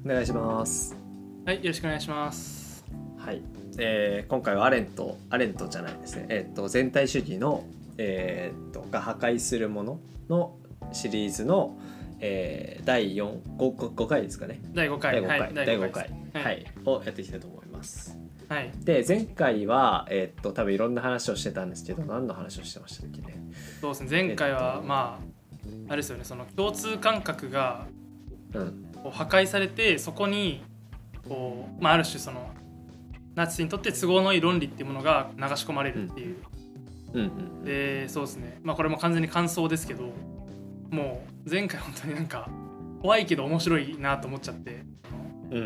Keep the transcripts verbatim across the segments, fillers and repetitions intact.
お願いします。 はい、よろしくお願いします。 はい、えー、今回はアレントアレントじゃないですね、えー、と全体主義の、えー、とが破壊するもののシリーズの、えー、だいよん、ご, ごかいですかね。 だいごかい、 だいごかい、 はい、 だいごかい、 はいはい、をやっていきたいと思います。 はい、 で前回は、えー、と多分いろんな話をしてたんですけど、何の話をしてましたっけね。 そうですね、前回は、 えっとまああれですよね、その共通感覚がうんこう破壊されて、そこにこう、まあ、ある種そのナチスにとって都合のいい論理っていうものが流し込まれるっていう、 うんうんうん、 でそうですね、まあこれも完全に感想ですけど、もう前回本当になんか怖いけど面白いなと思っちゃって、 うんうん、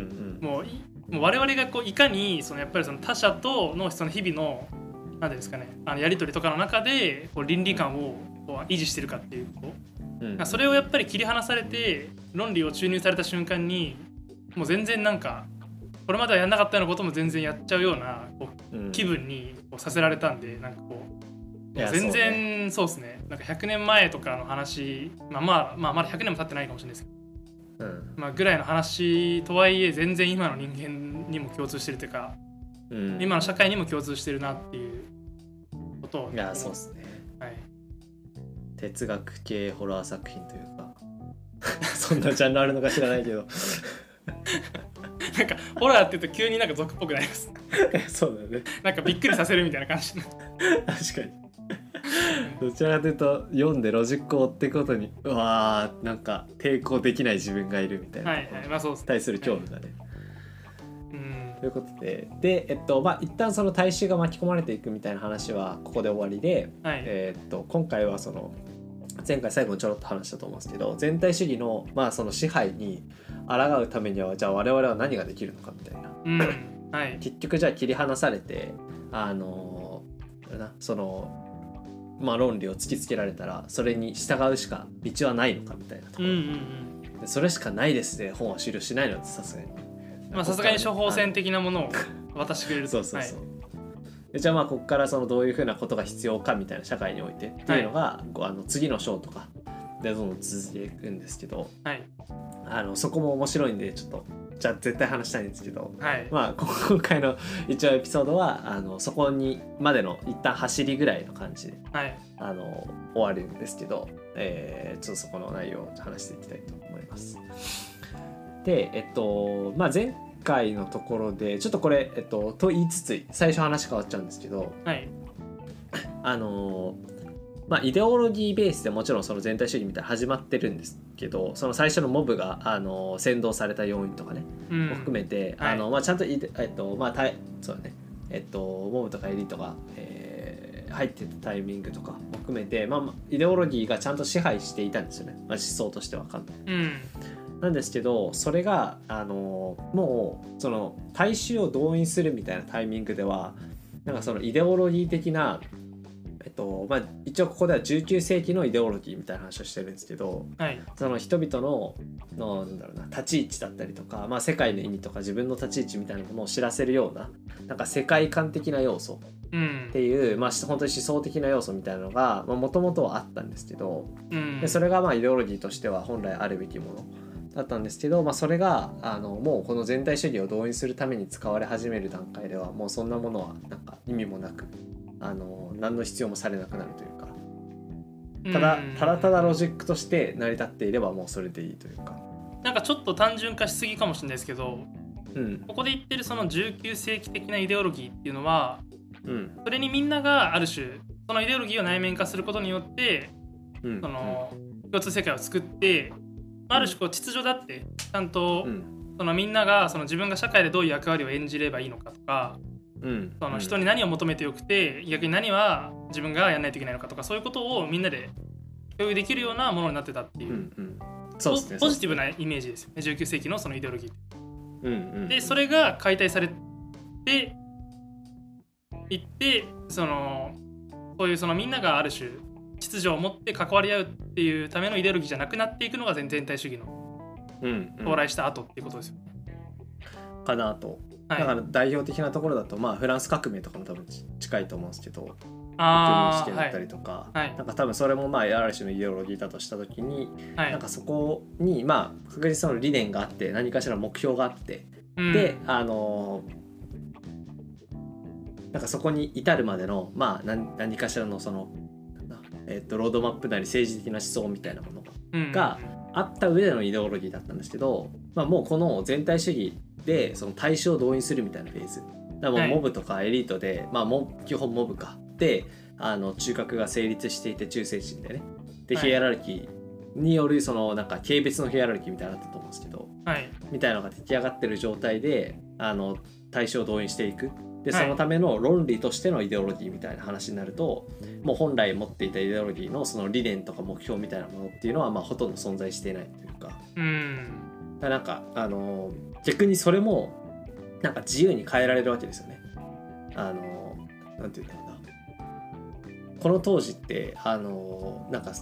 もういもう我々がこういかにそのやっぱりその他者とのその日々の何ていうんですかね、あのやり取りとかの中でこう倫理観をこう維持してるかっていうこと、うん、それをやっぱり切り離されて論理を注入された瞬間に、もう全然なんかこれまではやんなかったようなことも全然やっちゃうようなこう、うん、気分にこうさせられたんで、なんかこう全然そうですね、なんかひゃくねんまえとかの話、まあまあまあまだひゃくねんも経ってないかもしれないですけど、うん、まあぐらいの話とはいえ全然今の人間にも共通してるというか、うん、今の社会にも共通してるなっていうことを、 いやそうですね、はい、哲学系ホラー作品というかそんなジャンルあるのか知らないけどなんかホラーって言うと急になんか俗っぽくなりますそうだよね、 なんかびっくりさせるみたいな感じ確かにどちらかというと読んでロジックを追っていくことにうわーなんか抵抗できない自分がいるみたいな、 はいはい、まあそうですね、 対する恐怖がね、 はい、うんということででえっとまあ一旦その大衆が巻き込まれていくみたいな話はここで終わりで、はい、えー、っと今回はその前回最後にちょろっと話したと思うんですけど、全体主義のまあその支配に抗うためにはじゃあ我々は何ができるのかみたいな、 うんはい、 結局じゃあ切り離されてあのなそのまあ論理を突きつけられたらそれに従うしか道はないのかみたいなところ、うんうんうん、それしかないですね、本は終了しないのでさすがにまあさすがに処方箋的なものを渡してくれるそうそうそう、はい、でじゃあまあここからそのどういうふうなことが必要かみたいな社会においてっていうのが、はい、あの次の章とかでどんどん続いていくんですけど、はい、あのそこも面白いんでちょっとじゃあ絶対話したいんですけど、はい、まあ今回の一応エピソードはあのそこにまでの一旦走りぐらいの感じで、はい、あの終わるんですけど、えー、ちょっとそこの内容を話していきたいと思います。でえっとまあ前回のところでちょっとこれ、えっと、と言いつつ最初話変わっちゃうんですけど、はい、あのまあイデオロギーベースでもちろんその全体主義みたいな始まってるんですけど、その最初のモブがあの扇動された要因とかね、うん、を含めて、はい、あのまあ、ちゃんと、えっとまあたそうだねえっとモブとかエリートが、えー、入ってたタイミングとかも含めて、まあ、イデオロギーがちゃんと支配していたんですよね、まあ、思想としては簡単に、うんなんですけど、それがあのもうその大衆を動員するみたいなタイミングではなんかそのイデオロギー的な、えっとまあ、一応ここではじゅうきゅうせいきのイデオロギーみたいな話をしてるんですけど、はい、その人々の、のなんだろうな立ち位置だったりとか、まあ、世界の意味とか自分の立ち位置みたいなものを知らせるような、なんか世界観的な要素っていう、うん、まあ、本当に思想的な要素みたいなのがもともとはあったんですけど、うん、でそれがまあイデオロギーとしては本来あるべきものだったんですけど、まあ、それがあのもうこの全体主義を動員するために使われ始める段階ではもうそんなものはなんか意味もなく、あの何の必要もされなくなるというか、ただただただロジックとして成り立っていればもうそれでいいというか、 なんかちょっと単純化しすぎかもしれないですけど、うん、ここで言ってるそのじゅうきゅうせいき的なイデオロギーっていうのは、うん、それにみんながある種そのイデオロギーを内面化することによって、うん、その共通世界を作ってある種こう秩序だってちゃんと、うん、そのみんながその自分が社会でどういう役割を演じればいいのかとか、うん、その人に何を求めてよくて逆に何は自分がやらないといけないのかとか、そういうことをみんなで共有できるようなものになってたっていう、うんうん、そうですね、ポジティブなイメージですよね、じゅうきゅうせいきのそのイデオロギーって、うんうん、でそれが解体されていって、そのそういうそのみんながある種秩序を持って関わり合うっていうためのイデオロギーじゃなくなっていくのが全体主義の到来した後っていうことですよね、 うんうん、かなと、はい、だから代表的なところだと、まあ、フランス革命とかも多分近いと思うんですけど、 認識だったりとか、 はい、 なんか多分それもまあある種のイデオロギーだとした時に、はい、なんかそこにまあ確実な理念があって何かしら目標があって、うん、であのなんかそこに至るまでのまあ 何, 何かしらのその、えー、とロードマップなり政治的な思想みたいなものがあった上でのイデオロギーだったんですけど、まあ、もうこの全体主義でその大衆を動員するみたいなフェーズだからもうモブとかエリートで、はい、まあも基本モブかであの中核が成立していて中世人でねで、はい、ヒエラルキーによるそのなんか軽蔑のヒエラルキーみたいなのだったと思うんですけど、はい、みたいなのが出来上がってる状態であの大衆を動員していくでそのための論理としてのイデオロギーみたいな話になると、はい、もう本来持っていたイデオロギーのその理念とか目標みたいなものっていうのはまあほとんど存在していないというか、うん、だからなんかあの逆にそれもなんか自由に変えられるわけですよね。あのなんていうんだろうなこの当時ってあのなんか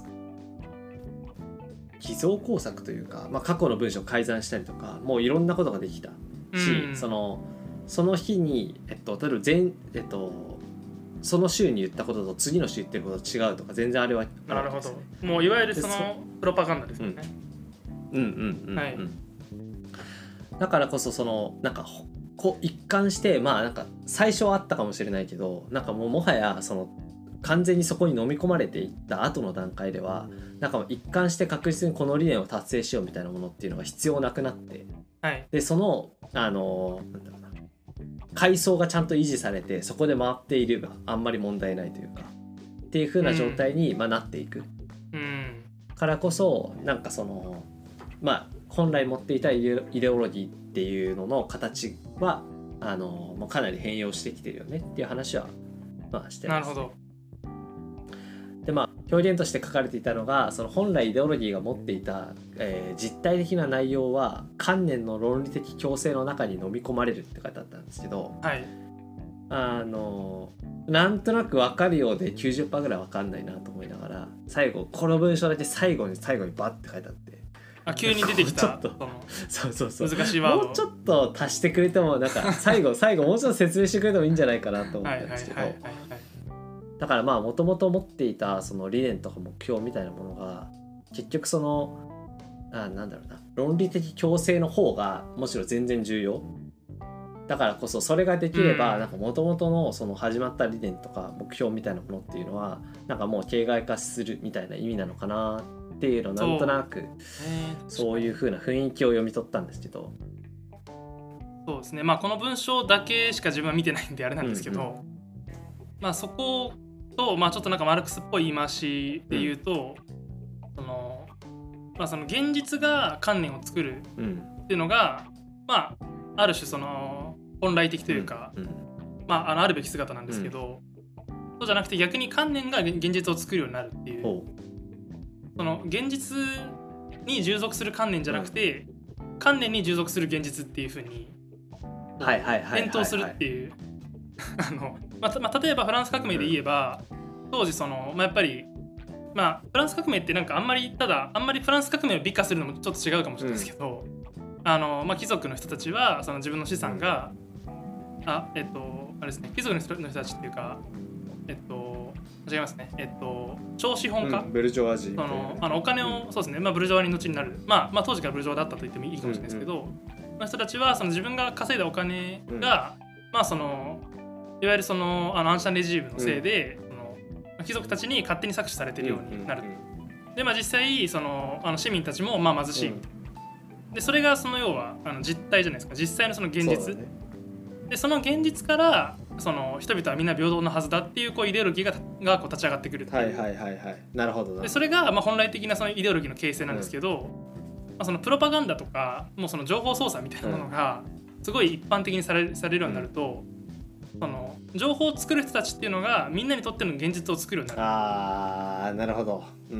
偽造工作というか、まあ、過去の文章を改ざんしたりとかもういろんなことができたし、うん、そのその日に、えっと、例えば前、えっと、その週に言ったことと次の週言ってることと違うとか全然あれはあるわけですよね。 なるほど。もういわゆるそのプロパガンダですよね。 うん、うんうんうんうん、はい、だからこそそのなんかこう一貫してまあなんか最初はあったかもしれないけどなんかもうもはやその完全にそこに飲み込まれていった後の段階ではなんか一貫して確実にこの理念を達成しようみたいなものっていうのが必要なくなって、はい、でそのあのなんだろうな階層がちゃんと維持されてそこで回っていればあんまり問題ないというかっていう風な状態に、まあ、なっていく、うん、からこそなんかそのまあ本来持っていたイデオロギーっていうのの形はあのもうかなり変容してきてるよねっていう話は、まあ、してます、ね。なるほど。でまあ表現として書かれていたのがその本来イデオロギーが持っていた、えー、実体的な内容は観念の論理的強制の中に飲み込まれるって書いてあったんですけど、はい、あのなんとなく分かるようで きゅうじゅっパーセント ぐらい分かんないなと思いながら最後この文章だけ最後に最後にバッて書いてあってあ急に出てきたちょっとそうそうそう難しいワードもうちょっと足してくれてもなんか最後最後もうちょっと説明してくれてもいいんじゃないかなと思ったんですけどだからまあもともと持っていたその理念とか目標みたいなものが結局そのあなんだろうな論理的強制の方がむしろ全然重要だからこそそれができればなんかもともとのその始まった理念とか目標みたいなものっていうのはなんかもう形骸化するみたいな意味なのかなっていうのをなんとなくそういう風な雰囲気を読み取ったんですけどそうですねまあこの文章だけしか自分は見てないんであれなんですけど、うんうん、まあそことまあちょっとなんかマルクスっぽい言い回しで言うと、うん、そのまあその現実が観念を作るっていうのが、うん、まあある種その本来的というか、うんうん、まああのあるべき姿なんですけど、うん、そうじゃなくて逆に観念が現実を作るようになるっていう。その現実に従属する観念じゃなくて、うん、観念に従属する現実っていう風に変動するっていうあの、まあまあ、例えばフランス革命で言えば、うん、当時その、まあ、やっぱり、まあ、フランス革命ってなんかあんまりただあんまりフランス革命を美化するのもちょっと違うかもしれないですけど、うんあのまあ、貴族の人たちはその自分の資産が、うん、あえっとあれですね貴族の人の人たちっていうかえっと違いますね。えっと超資本家、うん、 ブルジョワジーそのあのお金を、うん、そうですね。まあブルジョワに後になる。まあまあ当時からブルジョワだったと言ってもいいかもしれないですけど、うんうん、まあ人たちはその自分が稼いだお金が、うん、まあそのいわゆるそのあのアンシャンレジームのせいで、うん、その貴族たちに勝手に搾取されているようになる。うんうんうん、でまあ実際そのあの市民たちもまあ貧しい。うん、でそれがその要はあの実態じゃないですか。実際のその現実。そでその現実からその人々はみんな平等のはずだっていうこうイデオロギーががこう立ち上がってくるっていう。 はいはいはいはい。なるほどな。 でそれがまあ本来的なそのイデオロギーの形成なんですけど、うんまあ、そのプロパガンダとかもうその情報操作みたいなものがすごい一般的にされ、されるようになると、うん、その情報を作る人たちっていうのがみんなにとっての現実を作るようになる。 ああなるほど。うんうん。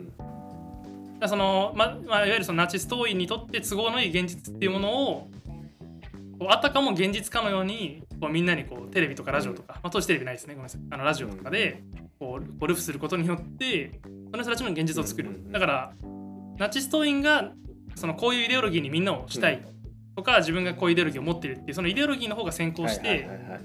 だそのままあ、いわゆるそのナチス党員にとって都合のいい現実っていうものをあたかも現実かのようにこうみんなにこうテレビとかラジオとか、うんまあ、当時テレビないですねごめんなさいあのラジオとかでこうこうルフすることによってその人たちの現実を作る、うんうんうん、だからナチス党員がそのこういうイデオロギーにみんなをしたいとか、うん、自分がこういうイデオロギーを持っているっていうそのイデオロギーの方が先行して、はいはいはいはい、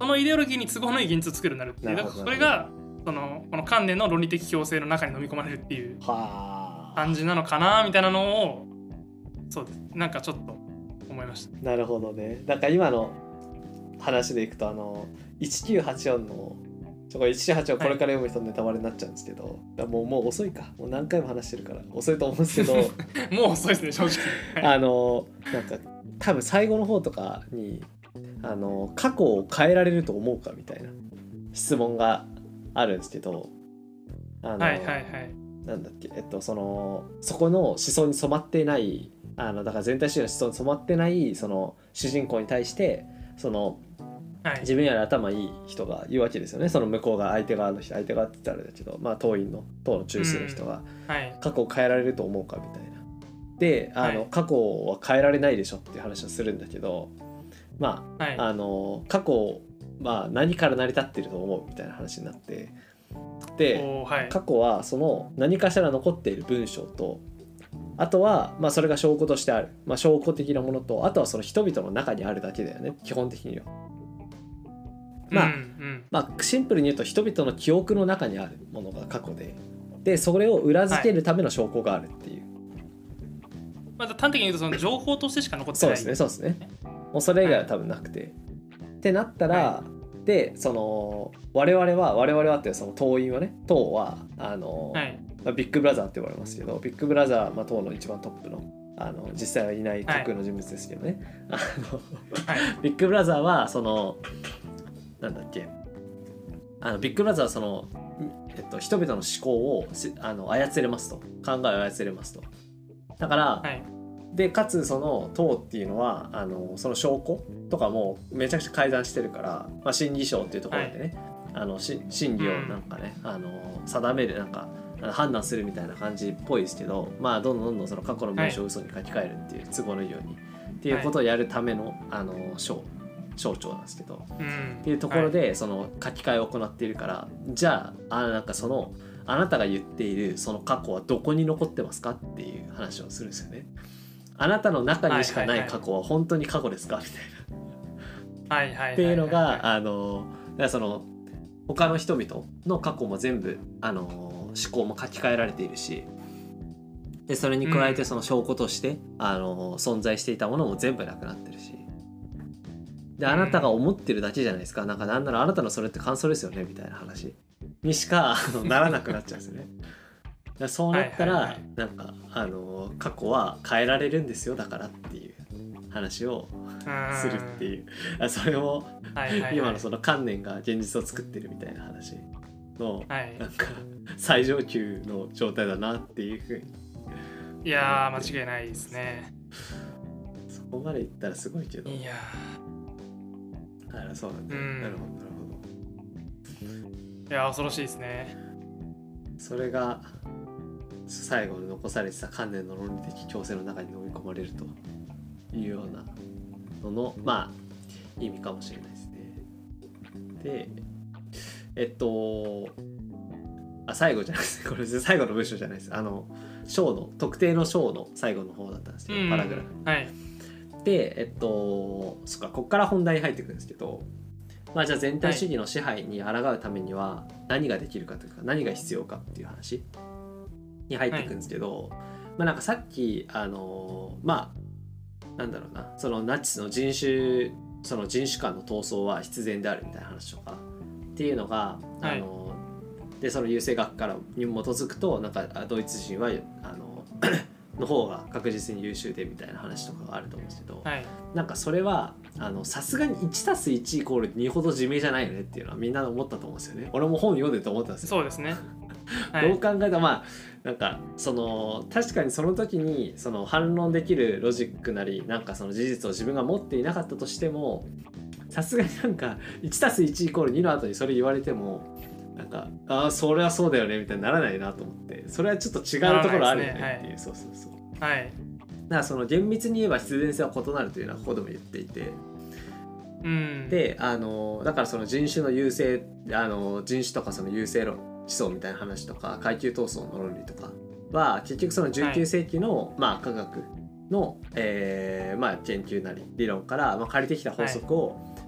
そのイデオロギーに都合のいい現実を作るようになるっていう、だからそれがそのこの観念の論理的強制の中に飲み込まれるっていう感じなのかなみたいなのを、そうです、なんかちょっと思いました。 なるほどね。なんか今の話でいくとあのいちきゅうはちよんのちょこれいちきゅうはちよんこれから読む人のネタバレになっちゃうんですけど、はい、もうもう遅いか、もう何回も話してるから遅いと思うんですけどもう遅いですね正直、 はい、あのなんか多分最後の方とかにあの過去を変えられると思うかみたいな質問があるんですけど、あの、はいはいはい、なんだっけ、えっとそのそこの思想に染まってないあのだから全体主義の思想に染まってないその主人公に対してその、はい、自分より頭いい人が言うわけですよね。その向こうが相手側の人、相手側って言ったらあれだけど、まあ党員の党の中枢の人が過去を変えられると思うかみたいな。で、あの、はい、過去は変えられないでしょっていう話をするんだけど、まあ、はい、あの過去まあ何から成り立ってると思うみたいな話になって、で、はい、過去はその何かしら残っている文章と、あとはまあそれが証拠としてある、まあ、証拠的なものと、あとはその人々の中にあるだけだよね、基本的には。まあ、うんうん、まあシンプルに言うと人々の記憶の中にあるものが過去で、でそれを裏付けるための証拠があるっていう、はい、 まあ、端的に言うとその情報としてしか残ってない。 そうですね、そうですね。もうそれ以外は多分なくて、はい、ってなったら、はい、でその我々は我々はってその党員はね、党はあの、はい、まあ、ビッグブラザーって呼ばれますけど、ビッグブラザー、まあ、党の一番トップのあの実際はいない架空の人物ですけどね、はい、あのはい、ビッグブラザーはそのなんだっけ、あのビッグブラザーはその、えっと、人々の思考をあの操れますと、考えを操れますと。だから、はい、でかつその党っていうのはあのその証拠とかもめちゃくちゃ改ざんしてるから、まあ、真偽証っていうところでね、はい、あの真理をなんかね、うん、あの定めるなんか判断するみたいな感じっぽいですけど、まあどんどんどんどんその過去の文章を嘘に書き換えるっていう都合のいいように、はい、っていうことをやるためのあの省省庁なんですけど、うん、っていうところでその書き換えを行っているから、じゃあ、あなんかそのあなたが言っているその過去はどこに残ってますかっていう話をするんですよね。あなたの中にしかない過去は本当に過去ですかみたいなっていうのが、あのだからその他の人々の過去も全部あの思考も書き換えられているし、でそれに加えてその証拠として、うん、あの存在していたものも全部なくなってるし、であなたが思ってるだけじゃないですか、なんかなんならあなたのそれって感想ですよねみたいな話にしかあのならなくなっちゃうんですよね。だそうなったら、はいはいはい、なんかあの過去は変えられるんですよだからっていう話をするっていう、それも、はいはいはい、今のその観念が現実を作ってるみたいな話の、はい、なんか最上級の状態だなっていうふうに。 いやー間違いないですね。 そこまでいったらすごいけど。 いやー、あ、そうなんだ、うん、なるほどなるほど。いや恐ろしいですね。 それが最後に残されてた観念の論理的強制の中に飲み込まれるというようなののまあ意味かもしれないですね。でえっとあ最後じゃないですこれ最後の文章じゃないです。あの章の特定の章の最後の方だったんですけど、うん、パラグラフ、はい、でえっとそっかこっから本題に入ってくるんですけど、まあじゃあ全体主義の支配に抗うためには何ができるかというか何が必要かっていう話に入っていくんですけど、はい、まあなんかさっきあのまあなんだろうな、そのナチスの人種その人種間の闘争は必然であるみたいな話とかっていうのが、はい、あのでその優生学からに基づくとなんかドイツ人はあのの方が確実に優秀でみたいな話とかがあると思うんですけど、はい、なんかそれはさすがに いちたすいち イコールにほど自明じゃないよねっていうのはみんな思ったと思うんですよね。俺も本読んでて思ったんですよ。 そうですね。 はい、どう考えたらまあなんかその確かにその時にその反論できるロジックなりなんかその事実を自分が持っていなかったとしても、さすがになんか いちたすいち イコールにの後にそれ言われてもなんかああそれはそうだよねみたいにならないなと思って、それはちょっと違うところあるよねっていう、はい、そうそうそう。はい。だからその厳密に言えば必然性は異なるというのはここでも言っていて、うん、であのだからその人種の優勢あの人種とかその優勢論思想みたいな話とか階級闘争の論理とかは結局そのじゅうきゅうせいきの、はい、まあ科学の、えーまあ、研究なり理論から、まあ、借りてきた法則を、はい、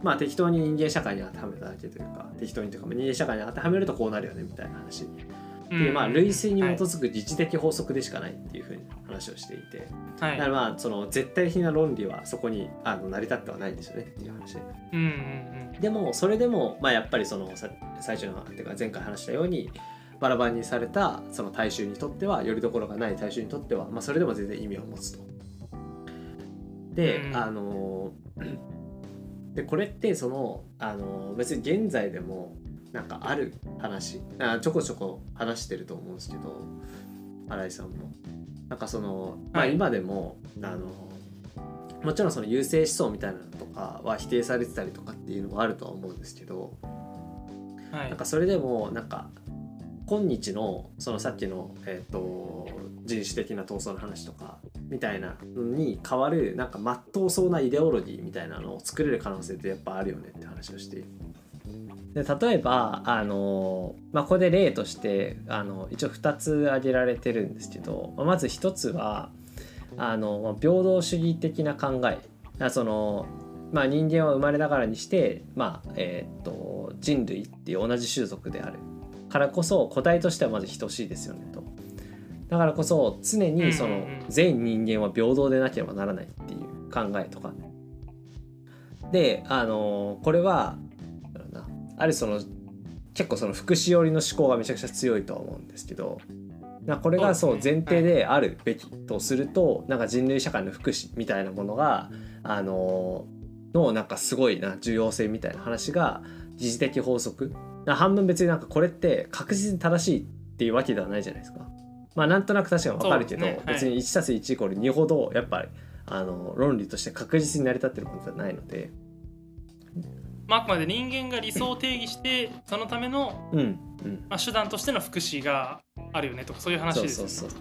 まあ適当に人間社会に当てはめただけというか、適当にというか人間社会に当てはめるとこうなるよねみたいな話で、まあ類推に基づく自治的法則でしかないっていうふうに話をしていて、はい、だからまあその絶対的な論理はそこにあの成り立ってはないんですよねっていう話で、うんうんうん、でもそれでもまあやっぱりその最初のっていうか前回話したようにバラバラにされたその大衆にとっては、よりどころがない大衆にとっては、まあ、それでも全然意味を持つと。で、うん、あのでこれってそのあの別に現在でもなんかある話、あちょこちょこ話してると思うんですけど、新井さんもなんかその、まあ、今でも、はい、あのもちろんその優生思想みたいなのとかは否定されてたりとかっていうのもあるとは思うんですけど、はい、なんかそれでもなんか今日のそのさっきの、えーと、人種的な闘争の話とかみたいなのに変わるなんか真っ当そうなイデオロギーみたいなのを作れる可能性ってやっぱあるよねって話をしている。で例えばあの、まあ、ここで例としてあの一応ふたつ挙げられてるんですけど、まずひとつはあの平等主義的な考え、その、まあ、人間は生まれながらにして、まあえー、と人類っていう同じ種族であるからこそ個体としてはまず等しいですよねと。だからこそ常にその全人間は平等でなければならないっていう考えとかで、あのこれはあるその結構その福祉寄りの思考がめちゃくちゃ強いとは思うんですけど、これがそう前提であるべきとすると、なんか人類社会の福祉みたいなものがあののなんかすごいな重要性みたいな話が疑似的法則、半分別になんかこれって確実に正しいっていうわけではないじゃないですか。まあなんとなく確かに分かるけど、ね、はい、別に いちたすいちイコールにほどやっぱりあの論理として確実に成り立ってるものじゃないので、 まあ、あくまで人間が理想を定義してそのための、うんうんまあ、手段としての福祉があるよねとかそういう話ですよね。そうそうそう、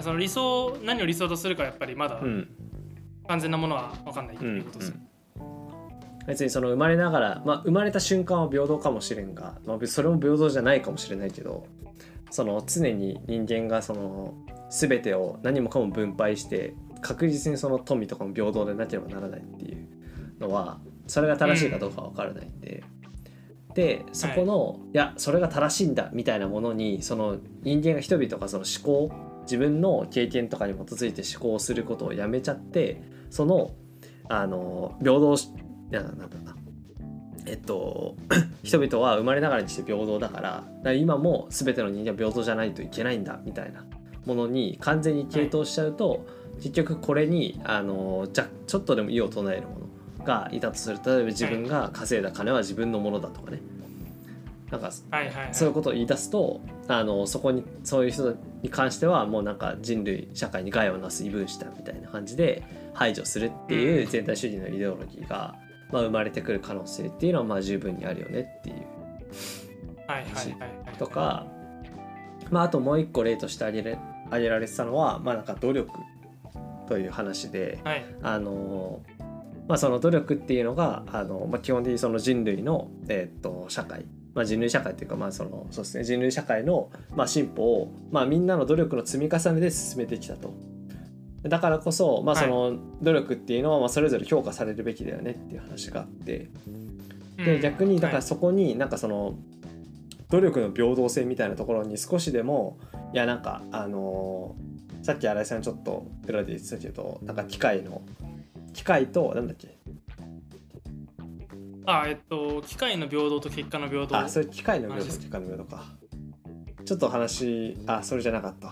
その理想何を理想とするかやっぱりまだ完全なものは分かんないっていうことですよ、うんうん、別にその生まれながら、まあ、生まれた瞬間は平等かもしれんが、まあ、それも平等じゃないかもしれないけど、その常に人間がその全てを何もかも分配して確実にその富とかも平等でなければならないっていうのはそれが正しいかどうか分からないんで、うん、でそこの、はい、いやそれが正しいんだみたいなものにその人間が人々がその思考自分の経験とかに基づいて思考をすることをやめちゃって、そのあの平等しなんだなんだなえっと人々は生まれながらにして平等だから、だから今も全ての人間は平等じゃないといけないんだみたいなものに完全に傾倒しちゃうと、はい、結局これにあのじゃちょっとでも異を唱えるものがいたとする。例えば自分が稼いだ金は自分のものだとかね、なんかそういうことを言い出すと、あのそこにそういう人に関してはもうなんか人類社会に害をなす異分子だみたいな感じで排除するっていう全体主義のイデオロギーが、まあ、生まれてくる可能性っていうのはまあ十分にあるよねっていう話とか、まああともう一個例として挙げれ、挙げられてたのはまあなんか努力という話で、はい、あのまあ、その努力っていうのがあの、まあ、基本的にその人類の、えー、っと社会、まあ、人類社会っていうか、まあそのそうですね、人類社会の、まあ、進歩を、まあ、みんなの努力の積み重ねで進めてきたと。だからこそ、まあ、その努力っていうのはまあそれぞれ評価されるべきだよねっていう話があって、で逆にだからそこになんかその努力の平等性みたいなところに少しでもいやなんかあのー、さっき新井さんちょっと裏で言ってたけど、なんか機械の機械となんだっけあえっと機械の平等と結果の平等、 あそれ機械の平等と結果の平等か、ちょっと話あそれじゃなかった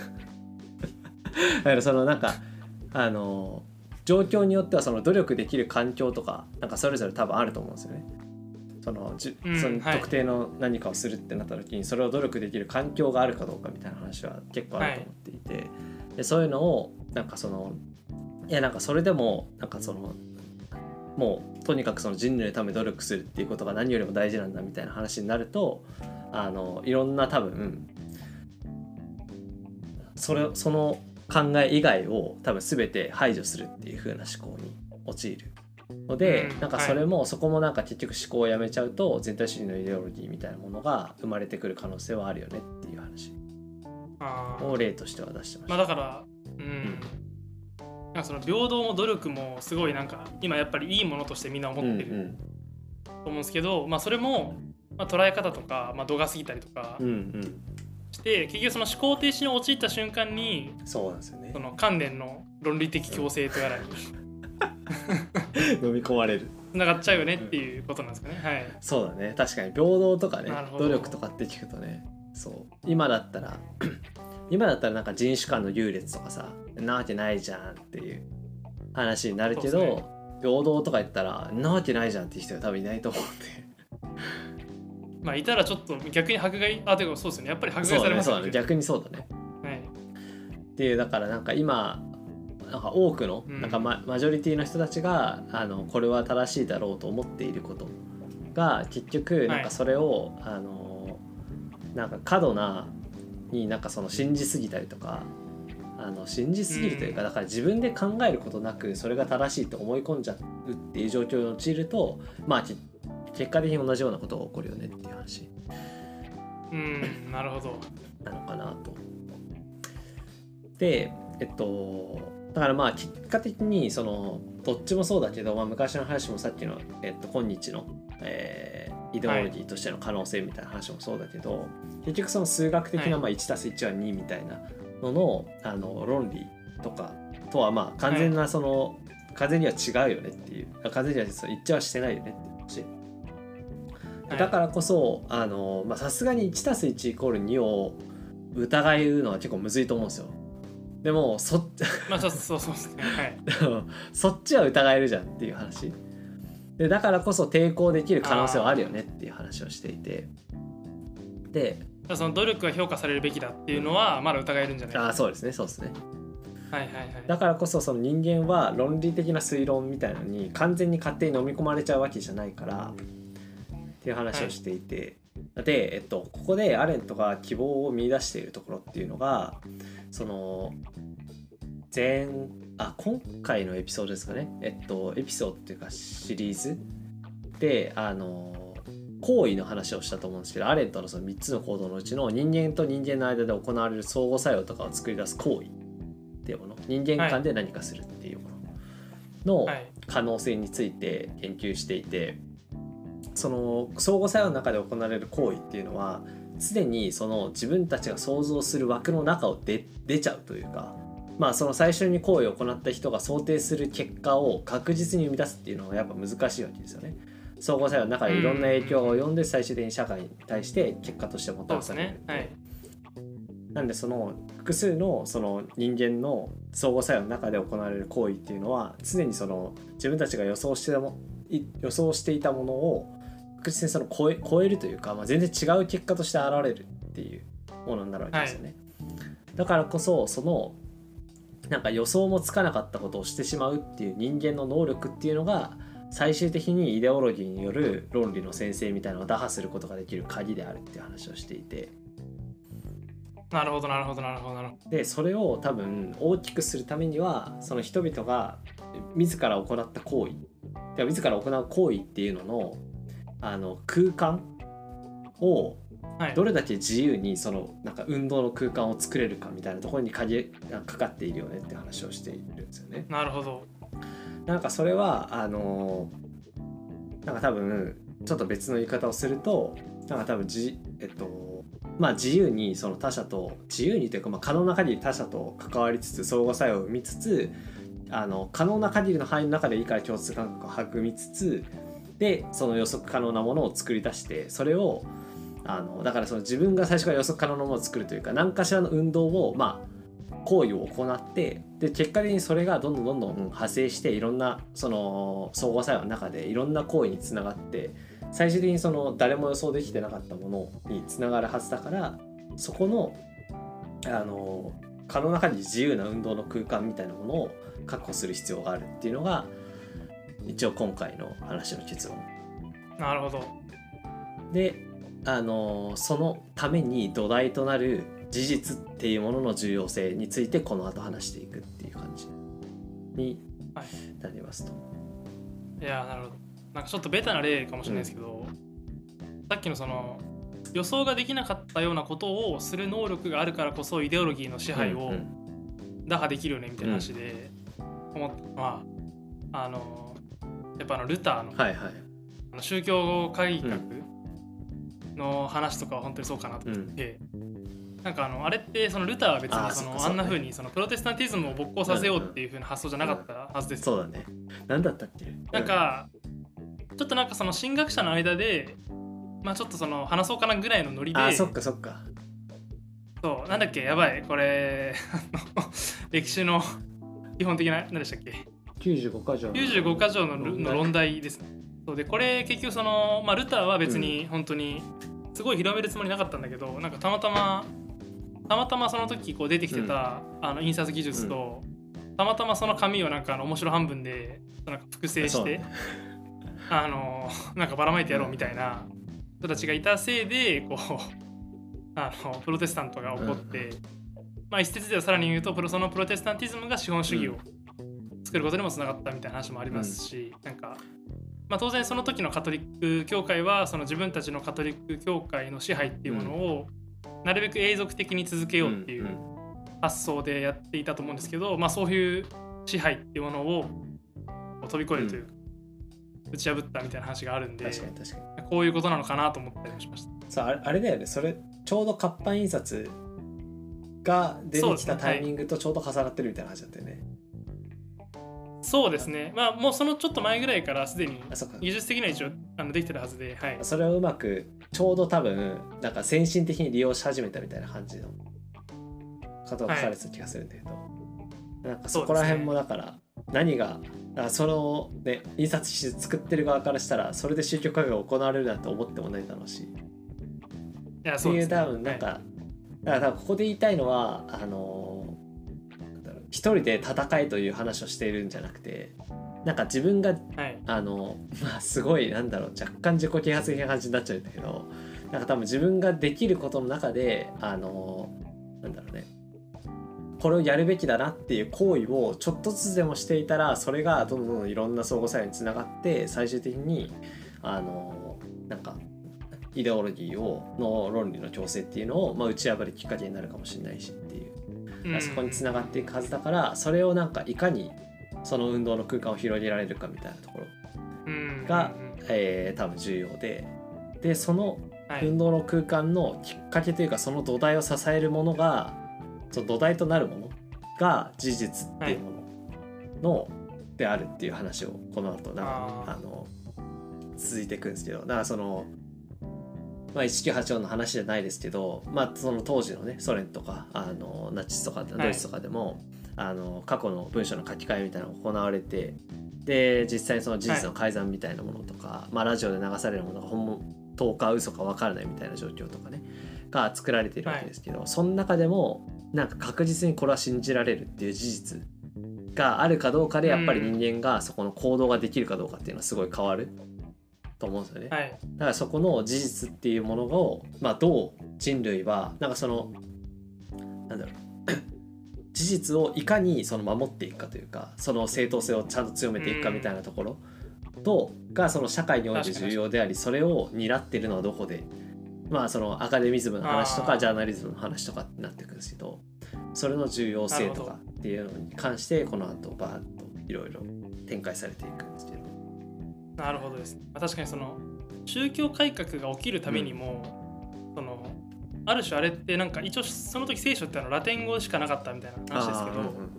だからそのなんかあの状況によってはその努力できる環境とかなんかそれぞれ多分あると思うんですよね。そのじ、うん、その特定の何かをするってなった時にそれを努力できる環境があるかどうかみたいな話は結構あると思っていて、はい、でそういうのをなんかそのいやなんかそれでもなんかそのもうとにかくその人類のために努力するっていうことが何よりも大事なんだみたいな話になると、あのいろんな多分それその考え以外を多分全て排除するっていう風な思考に陥るので、うん、なんかそれも、はい、そこもなんか結局思考をやめちゃうと全体主義のイデオロギーみたいなものが生まれてくる可能性はあるよねっていう話を例としては出してました。 まあ、だから、うんなんかその平等も努力もすごいなんか今やっぱりいいものとしてみんな思ってると思うんですけど、うんうん、まあそれもまあ捉え方とか、まあ、度が過ぎたりとかして、うんうん、結局その思考停止に陥った瞬間にそうなんですよね、 その観念の論理的強制とやらに、 うん、飲み込まれるつながっちゃうよねっていうことなんですかね、はい、 そうだね、確かに平等とかね努力とかって聞くとね、そう今だったら今だったらなんか人種間の優劣とかさなわけないじゃんっていう話になるけど、ね、平等とか言ったらなわけないじゃんっていう人が多分いないと思うんでまあいたらちょっと逆に迫害あてかそうですねやっぱり迫害されますよね。 そうだね、そうだね、逆にそうだね、はい、っていうだからなんか今なんか多くのなんか マ,、うん、マジョリティの人たちがあのこれは正しいだろうと思っていることが結局なんかそれを、はい、あのなんか過度なになんかその信じすぎたりとかあの信じすぎるというか、だから自分で考えることなくそれが正しいと思い込んじゃうっていう状況に陥るとまあ結果的に同じようなことが起こるよねっていう話うんなるほどなのかなと。でえっとだからまあ結果的にそのどっちもそうだけど、まあ、昔の話もさっきの、えっと、今日の、えー、イデオロギーとしての可能性みたいな話もそうだけど、はい、結局その数学的なまあ いちたすいち はにみたいなのの、あの論理とかとはまあ完全なその、はい、完全には違うよねっていう完全には一致はしてないよねっていう話、はい、だからこそさすがに いちたすいちイコールにを疑うのは結構むずいと思うんですよ。でもそっまあそうそうそうですね、はい、 そっちは疑えるじゃんっていう話で、だからこそ抵抗できる可能性はあるよねっていう話をしていて、でその努力が評価されるべきだっていうのはまだ疑えるんじゃないか、 うん、あそうですねそうですね、 はいはいはい、 だからこそその人間は論理的な推論みたいなのに完全に勝手に飲み込まれちゃうわけじゃないからっていう話をしていて、はい、で、えっと、ここでアレントが希望を見出しているところっていうのがその前あ今回のエピソードですかね、えっとエピソードっていうかシリーズであの行為の話をしたと思うんですけど、アレントのそのみっつの行動のうちの人間と人間の間で行われる相互作用とかを作り出す行為っていうもの、人間間で何かするっていうものの可能性について研究していて、その相互作用の中で行われる行為っていうのは常にその自分たちが想像する枠の中を出出ちゃうというか、まあその最初に行為を行った人が想定する結果を確実に生み出すっていうのはやっぱ難しいわけですよね。相互作用の中でいろんな影響が及んで最終的に社会に対して結果としてもたらされる、ね、はい、なんでその複数のその人間の相互作用の中で行われる行為っていうのは常にその自分たちが予想してたも予想していたものを確実にその超え、超えるというか、まあ、全然違う結果として現れるっていうものになるわけですよね、はい、だからこそそのなんか予想もつかなかったことをしてしまうっていう人間の能力っていうのが最終的にイデオロギーによる論理の先生みたいなのを打破することができる鍵であるっていう話をしていて、 なるほどなるほどなるほどなるほど。 でそれを多分大きくするためにはその人々が自ら行った行為自ら行う行為っていうののあの空間をどれだけ自由にそのなんか運動の空間を作れるかみたいなところに鍵がかかっているよねって話をしているんですよね。 なるほど。 なんかそれはあのなんか多分ちょっと別の言い方をするとなんか多分じえっとまあ自由にその他者と自由にというかまあ可能な限り他者と関わりつつ相互作用を生みつつあの可能な限りの範囲の中でいいから共通感覚を育みつつでその予測可能なものを作り出してそれをあのだからその自分が最初から予測可能なものを作るというか何かしらの運動をまあ行為を行ってで結果的にそれがどんどんどんどん派生していろんなその相互作用の中でいろんな行為につながって最終的にその誰も予想できてなかったものにつながるはずだからそこのあの可能な限り自由な運動の空間みたいなものを確保する必要があるっていうのが一応今回の話の結論。 なるほど。 であのそのために土台となる事実っていうものの重要性についてこの後話していくっていう感じになりますと、はい、いやなるほど。なんかちょっとベタな例かもしれないですけど、うん、さっきのその予想ができなかったようなことをする能力があるからこそイデオロギーの支配を打破できるよねみたいな話で、うんうん、 思ったのはあのやっぱあのルターの、 はいはい、 あの宗教改革の話とかは本当にそうかなと思って、うん、なんかあのあれってそのルターは別にその あ, あんな風にそのプロテスタンティズムを勃興させようっていう風な発想じゃなかったはずです、 うんうん、そうだね。何だったっけ。 なんかちょっとなんかその神学者の間でまあちょっとその話そうかなぐらいのノリで、 あそっかそっか、 そうなんだっけ、やばいこれ歴史の基本的な何でしたっけ、 きゅうじゅうごか条きゅうじゅうごか条のの論題ですね。そうでこれ結局その、まあ、ルターは別に本当にすごい広めるつもりなかったんだけど、うん、なんかたまたまたまたまその時こう出てきてた、うん、あの印刷技術と、うん、たまたまその紙をなんかあの面白半分でなんか複製して、ね、あのなんかばらまいてやろうみたいな人たちがいたせいでこうあのプロテスタントが起こって、うん、まあ一説ではさらに言うとそのプロテスタンティズムが資本主義を作ることにもつながったみたいな話もありますし、うん、なんかまあ、当然その時のカトリック教会はその自分たちのカトリック教会の支配っていうものをなるべく永続的に続けようっていう発想でやっていたと思うんですけど、まあ、そういう支配っていうものを飛び越えるというか打ち破ったみたいな話があるんで、 確かに確かにこういうことなのかなと思ったりもしました。 そう、あれだよね、それちょうど活版印刷が出てきたタイミングとちょうど重なってるみたいな話だったよね。 そうですね、まあもうそのちょっと前ぐらいからすでに技術的には一応あのできてるはずで、はい、 それをうまくちょうど多分なんか先進的に利用し始めたみたいな感じのことが書かれてた気がするんだけど、はい、なんかそこら辺もだから何がだからその、ね、印刷して作ってる側からしたらそれで宗教改革が行われるなんて思ってもないだろうし、いやそうですね、 っていう多分なんか、はい、だから多分ここで言いたいのはあの一人で戦えという話をしているんじゃなくて、なんか自分が、はい、あのまあすごいなんだろう若干自己啓発的な感じになっちゃうんだけど、なんか多分自分ができることの中であのなんだろうね、これをやるべきだなっていう行為をちょっとずつでもしていたら、それがどんどんいろんな相互作用につながって最終的にあのなんかイデオロギーをの論理の強制っていうのを、まあ、打ち破るきっかけになるかもしれないしっていう。そこにつながっていくはずだから、それをなんかいかにその運動の空間を広げられるかみたいなところが、えー、多分重要で、でその運動の空間のきっかけというかその土台を支えるものが、その土台となるものが事実っていうもののであるっていう話をこの後なんかあの続いていくんですけど、だからそのまあ、いちきゅうはちよんの話じゃないですけど、まあ、その当時のねソ連とかあのナチスとかドイツとかでも、はい、あの過去の文書の書き換えみたいなのが行われて、で実際にその事実の改ざんみたいなものとか、はい、まあ、ラジオで流されるものが本当か嘘か分からないみたいな状況とかねが作られているわけですけど、はい、その中でもなんか確実にこれは信じられるっていう事実があるかどうかでやっぱり人間がそこの行動ができるかどうかっていうのはすごい変わると思うんですよね、はい、だからそこの事実っていうものを、まあ、どう人類はなんかそのなんだろう事実をいかにその守っていくかというか、その正当性をちゃんと強めていくかみたいなところとがその社会において重要であり、それを担っているのはどこで、まあそのアカデミズムの話とかジャーナリズムの話とかってなっていくんですけど、それの重要性とかっていうのに関してこの後バーッといろいろ展開されていくんですけど。 なるほどです。確かにその宗教改革が起きるためにも、うん、そのある種あれってなんか一応その時聖書ってあのラテン語しかなかったみたいな話ですけど、うんうんうん、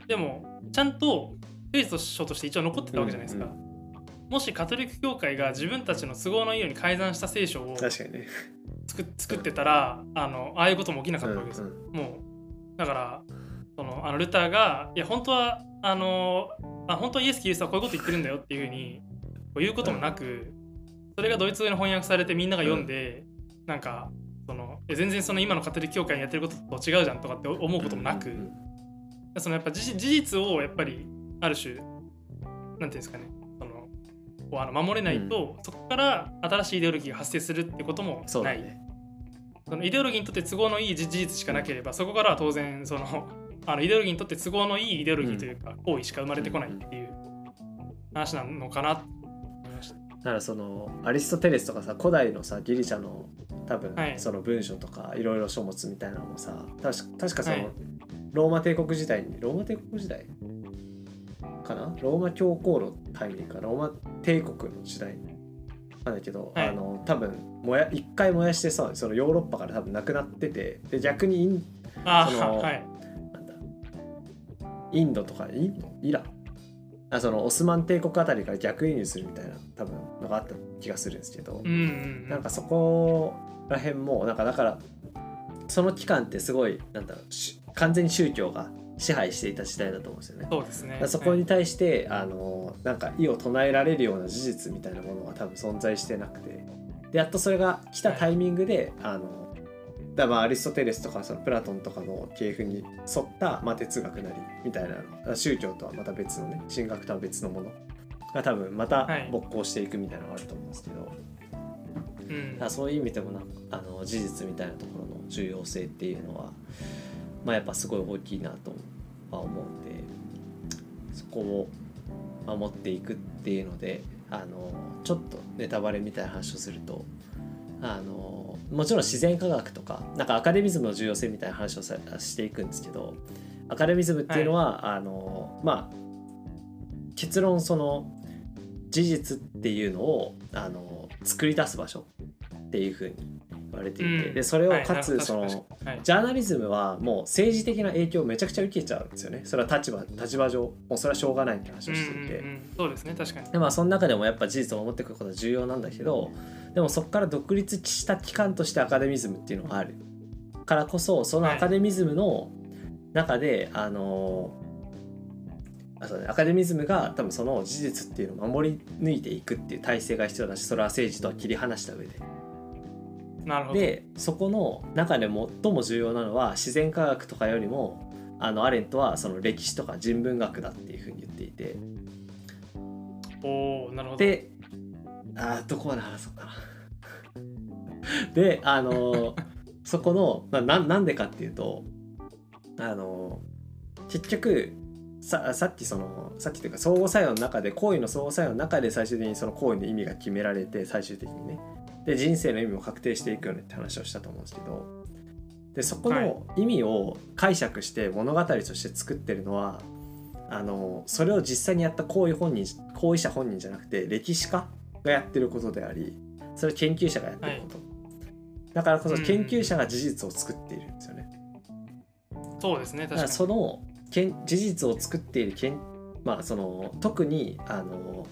でもちゃんと聖書として一応残ってたわけじゃないですか、うんうん、もしカトリック教会が自分たちの都合のいいように改ざんした聖書を確かに、ね、 作, 作ってたらあのああいうことも起きなかったわけですよ、うんうん、もうだからそのあのルターがいや本当はあのあ本当はイエス・キリストはこういうこと言ってるんだよっていう風に言うこともなく、それがドイツ語に翻訳されてみんなが読んで、うん、なんかその全然その今のカトリック教会にやってることと違うじゃんとかって思うこともなく、うんうんうん、そのやっぱ 事, 事実をやっぱりある種なんていうんですかね、そのこうあの守れないと、うん、そこから新しいイデオロギーが発生するってこともない。そうだね、そのイデオロギーにとって都合のいい事実しかなければ、そこからは当然そのあのイデオロギーにとって都合のいいイデオロギーというか、うん、行為しか生まれてこないっていう話なのかなって思いました。 だからそのアリストテレスとかさ、古代のさギリシャの多分その文書とかいろいろ書物みたいなのもさ、確かそのローマ帝国時代にローマ帝国時代かな、ローマ教皇のタイミングかローマ帝国の時代なんだけど、はい、あの多分もや一回燃やしてさ、そのヨーロッパから多分なくなってて、で逆にインあその、 はい、 なんだインドとかインドイランあそのオスマン帝国あたりから逆輸入するみたいな多分のがあった気がするんですけど、 うんうんうん、 なんかそこら辺もなんかだからその期間ってすごいなんだろう完全に宗教が支配していた時代だと思うんですよね。 そうですね。 そこに対して、はい、あのなんか異を唱えられるような事実みたいなものは多分存在してなくて、でやっとそれが来たタイミングで、はい、あのだまあアリストテレスとかそのプラトンとかの系譜に沿った、まあ、哲学なりみたいな宗教とはまた別のね神学とは別のものが多分また勃興していくみたいなのがあると思うんですけど、はいうん、だからそういう意味でもなあの事実みたいなところの重要性っていうのは、まあ、やっぱすごい大きいなとは思うんで、そこを守っていくっていうのであのちょっとネタバレみたいな話をするとあのもちろん自然科学とかなんかアカデミズムの重要性みたいな話をさしていくんですけど、アカデミズムっていうのは、はい、あのまあ結論その事実っていうのをあの作り出す場所っていう風に言われていて、うん、でそれをかつ、はい、その、はい、ジャーナリズムはもう政治的な影響をめちゃくちゃ受けちゃうんですよね。それは立場立場上もうそれはしょうがないって話をしていて、 うんうんうん、そうですね確かに。 でまあその中でもやっぱ事実を守っていくことは重要なんだけど、でもそこから独立した機関としてアカデミズムっていうのがあるからこそ、そのアカデミズムの中で、はい、あのあそうね、アカデミズムが多分その事実っていうのを守り抜いていくっていう体制が必要だし、それは政治とは切り離した上で。 なるほど。 でそこの中で最も重要なのは自然科学とかよりもあのアレントはその歴史とか人文学だっていうふうに言っていて、 おーなるほど。 であどこまで話そうかなであのそこの な, なんでかっていうとあの結局 さ, さっきそのさっきというか相互作用の中で行為の相互作用の中で最終的にその行為の意味が決められて、最終的にねで人生の意味も確定していくよねって話をしたと思うんですけど、でそこの意味を解釈して物語として作ってるのはあのそれを実際にやった行為本人行為者本人じゃなくて歴史家がやってることであり、それを研究者がやってること、はい、だからこそ研究者が事実を作っているんですよね。 うん、そうですね確かに。 だからその事実を作っているけん、まあ、その特にあの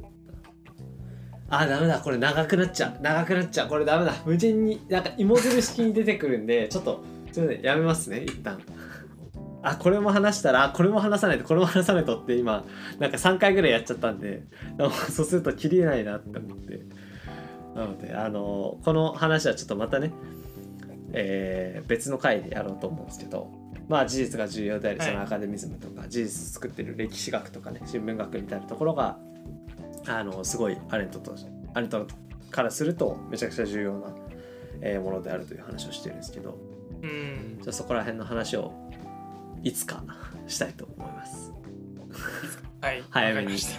あダメだこれ長くなっちゃう長くなっちゃうこれダメだ無限になんか芋づる式に出てくるんでちょっとちょっと、ね、やめますね一旦。あこれも話したらこれも話さないとこれも話さないとって今なんかさんかいぐらいやっちゃったんでそうすると切れないなって思って、なのであのこの話はちょっとまたね、えー、別の回でやろうと思うんですけど、まあ事実が重要でありそのアカデミズムとか、はい、事実作ってる歴史学とかね新聞学みたいなところがあのすごいアレントとアレントからするとめちゃくちゃ重要な、えー、ものであるという話をしてるんですけど、 うんじゃあそこら辺の話をいつかしたいと思います。 はい、 早めに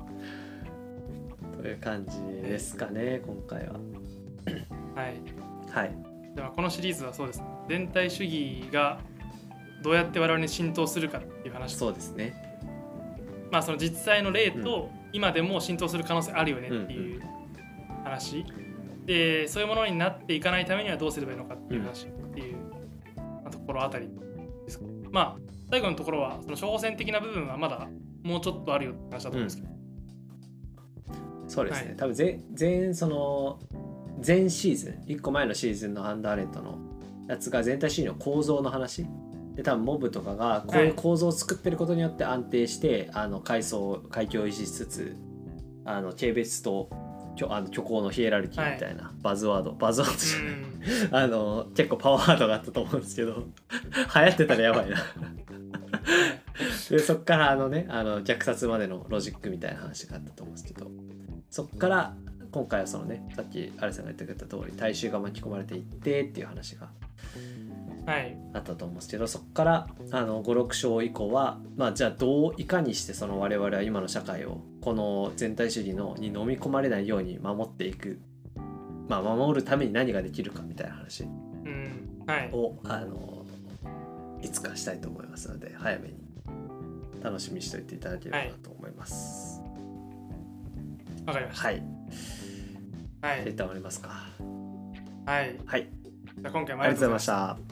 という感じですかね今回は。 はいはい。 ではこのシリーズはそうですね、全体主義がどうやって我々に浸透するかっていう話。 そうですね。 まあその実際の例と今でも浸透する可能性あるよねっていう話、うんうん、でそういうものになっていかないためにはどうすればいいのかっていう話っていう、まあ、ところあたりですか。まあ最後のところはその処方箋的な部分はまだもうちょっとあるよって話だと思うんですけど、 うん、そうですね、はい、多分全全その前シーズンいっこまえのシーズンのアンダーレントのやつが全体主義の構造の話で、多分モブとかがこういう構造を作ってることによって安定して、はい、あの階層階級を維持しつつあの軽蔑とあの虚構のヒエラルキーみたいな、はい、バズワードバズワードじゃない、うん、あの結構パワーワードがあったと思うんですけど流行ってたらやばいなでそっからあのねあの虐殺までのロジックみたいな話があったと思うんですけど、そっから今回はそのねさっきアレさんが言ってくれた通り大衆が巻き込まれていってっていう話があったと思うんですけど、はい、そこからあのごろく章以降は、まあ、じゃあどういかにしてその我々は今の社会をこの全体主義のに飲み込まれないように守っていく、まあ、守るために何ができるかみたいな話を、 うんはい、 あのいつかしたいと思いますので早めに楽しみにしておいていただければなと思います。 わ、はい、かりました。 はい。 はい。 一旦終わりますか。 はい。 はい。 じゃあ今回もありがとうございました。